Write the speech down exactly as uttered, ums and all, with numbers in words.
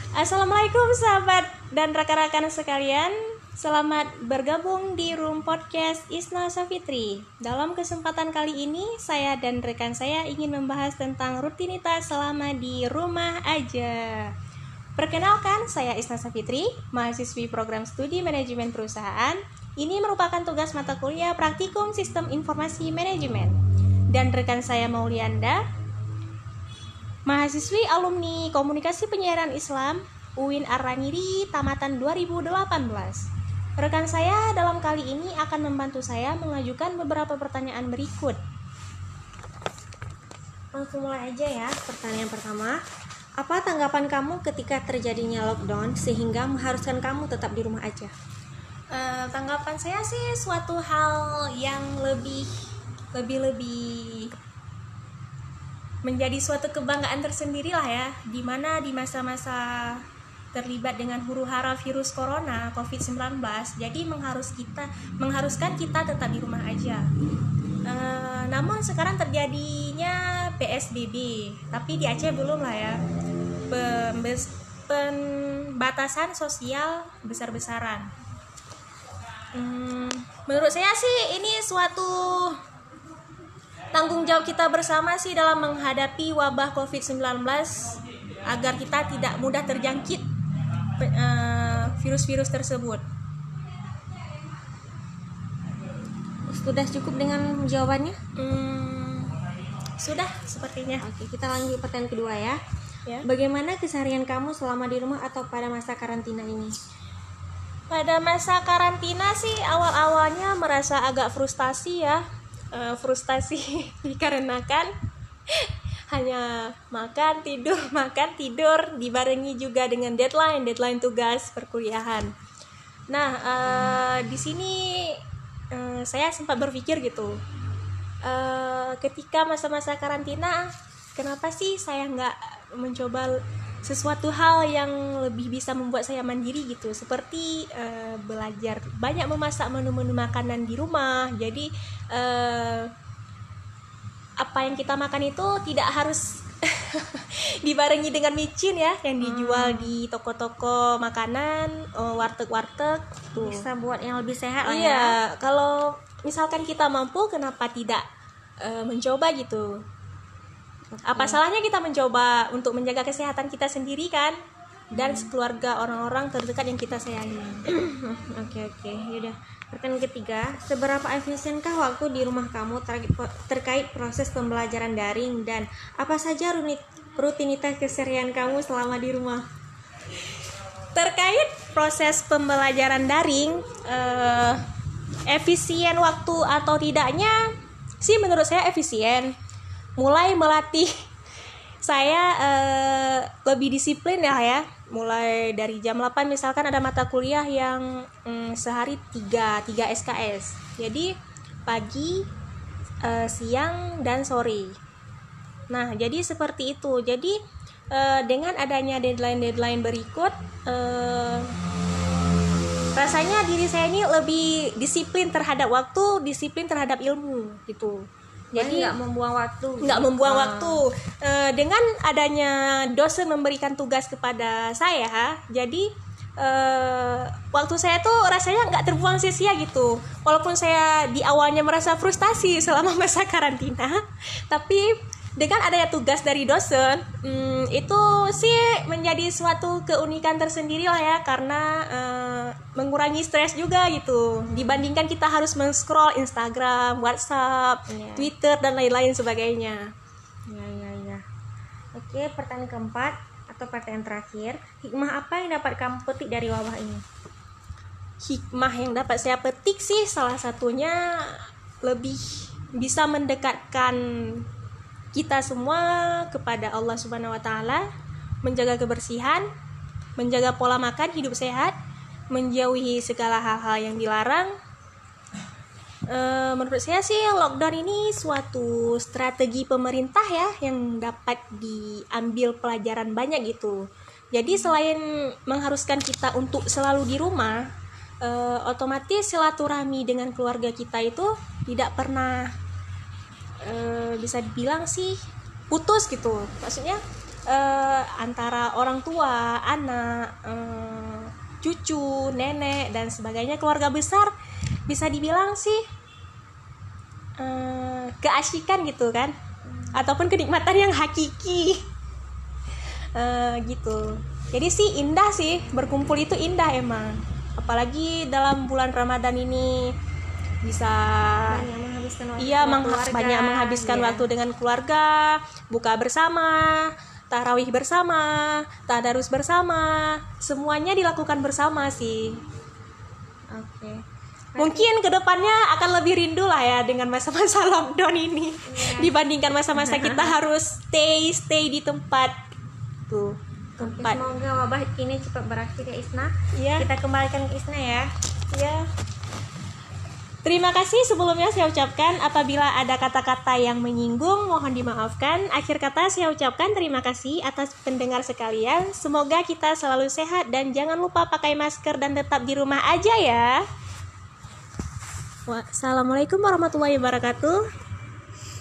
Assalamualaikum sahabat dan rekan-rekan sekalian. Selamat bergabung di Room Podcast Isna Safitri. Dalam kesempatan kali ini, saya dan rekan saya ingin membahas tentang rutinitas selama di rumah aja. Perkenalkan, saya Isna Safitri, mahasiswi program studi manajemen perusahaan. Ini merupakan tugas mata kuliah praktikum sistem informasi manajemen. Dan rekan saya Maulianda, mahasiswi alumni Komunikasi Penyiaran Islam U I N Ar-Ramidi tamatan dua ribu delapan belas. Rekan saya dalam kali ini akan membantu saya mengajukan beberapa pertanyaan berikut. Langsung mulai aja ya. Pertanyaan pertama, apa tanggapan kamu ketika terjadinya lockdown sehingga mengharuskan kamu tetap di rumah aja? Uh, tanggapan saya sih suatu hal yang lebih lebih lebih menjadi suatu kebanggaan tersendiri lah ya, dimana di masa-masa terlibat dengan huru-hara virus corona covid sembilan belas, jadi mengharus kita mengharuskan kita tetap di rumah aja. E, namun sekarang terjadinya P S B B, tapi di Aceh belum lah ya, pembatasan sosial besar-besaran. Hmm, menurut saya sih ini suatu tanggung jawab kita bersama sih dalam menghadapi wabah covid sembilan belas agar kita tidak mudah terjangkit uh, virus-virus tersebut. Sudah cukup dengan jawabannya? Hmm, sudah sepertinya. Oke, kita lanjut pertanyaan kedua ya. ya. Bagaimana keseharian kamu selama di rumah atau pada masa karantina ini? Pada masa karantina sih awal-awalnya merasa agak frustasi ya. Uh, frustasi dikarenakan hanya makan tidur makan tidur dibarengi juga dengan deadline deadline tugas perkuliahan. Nah uh, di sini uh, saya sempat berpikir gitu, uh, ketika masa-masa karantina kenapa sih saya nggak mencoba sesuatu hal yang lebih bisa membuat saya mandiri gitu, seperti uh, belajar banyak memasak menu-menu makanan di rumah. Jadi uh, apa yang kita makan itu tidak harus dibarengi dengan micin ya, yang dijual hmm. di toko-toko makanan, uh, warteg-warteg tuh. Bisa buat yang lebih sehat lah ya. Iya, kalau misalkan kita mampu, kenapa tidak uh, mencoba gitu. Okay. Apa salahnya kita mencoba untuk menjaga kesehatan kita sendiri kan, dan hmm. keluarga orang-orang terdekat yang kita sayangi. Oke oke, yaudah. Pertanyaan ketiga, seberapa efisienkah waktu di rumah kamu ter- terkait proses pembelajaran daring, dan apa saja rutinitas keseharian kamu selama di rumah? Terkait proses pembelajaran daring, eh, efisien waktu atau tidaknya sih menurut saya efisien. Mulai melatih saya uh, lebih disiplin ya ya. Mulai dari jam delapan misalkan ada mata kuliah yang um, sehari tiga S K S. Jadi pagi, uh, siang dan sore. Nah, jadi seperti itu. Jadi uh, dengan adanya deadline-deadline berikut, uh, rasanya diri saya ini lebih disiplin terhadap waktu, disiplin terhadap ilmu gitu. Jadi nggak membuang waktu nggak membuang ah. waktu e, dengan adanya dosen memberikan tugas kepada saya, jadi e, waktu saya tuh rasanya nggak terbuang sia-sia gitu. Walaupun saya di awalnya merasa frustasi selama masa karantina, tapi dengan adanya tugas dari dosen, hmm, itu sih menjadi suatu keunikan tersendiri lah ya, karena uh, mengurangi stres juga gitu. Dibandingkan kita harus men-scroll Instagram, WhatsApp, yeah. Twitter dan lain-lain sebagainya. Ya ya ya. Oke, pertanyaan keempat atau pertanyaan terakhir, hikmah apa yang dapat kamu petik dari wabah ini? Hikmah yang dapat saya petik sih salah satunya lebih bisa mendekatkan kita semua kepada Allah Subhanahu wa taala, menjaga kebersihan, menjaga pola makan hidup sehat, menjauhi segala hal-hal yang dilarang. E, menurut saya sih lockdown ini suatu strategi pemerintah ya yang dapat diambil pelajaran banyak gitu. Jadi selain mengharuskan kita untuk selalu di rumah, e, otomatis silaturahmi dengan keluarga kita itu tidak pernah E, bisa dibilang sih putus gitu. Maksudnya uh, antara orang tua, anak, uh, cucu, nenek dan sebagainya, keluarga besar bisa dibilang sih uh, keasikan gitu kan, hmm. ataupun kenikmatan yang hakiki uh, gitu. Jadi sih indah sih, berkumpul itu indah emang, apalagi dalam bulan Ramadan ini bisa banyak menghabiskan waktu, iya meng- keluarga, banyak menghabiskan iya. waktu dengan keluarga, buka bersama, tarawih bersama, tadarus bersama, semuanya dilakukan bersama sih. Oke. Okay. Mungkin kedepannya akan lebih rindu lah ya dengan masa-masa lockdown ini, iya. dibandingkan masa-masa kita harus stay stay di tempat tuh. Tempat. Oke, semoga wabah ini cepat berakhir ya Isna. Iya. Kita kembalikan ke Isna ya. Ya. Terima kasih sebelumnya saya ucapkan, apabila ada kata-kata yang menyinggung mohon dimaafkan. Akhir kata saya ucapkan terima kasih atas pendengar sekalian. Semoga kita selalu sehat dan jangan lupa pakai masker dan tetap di rumah aja ya. Wassalamualaikum warahmatullahi wabarakatuh.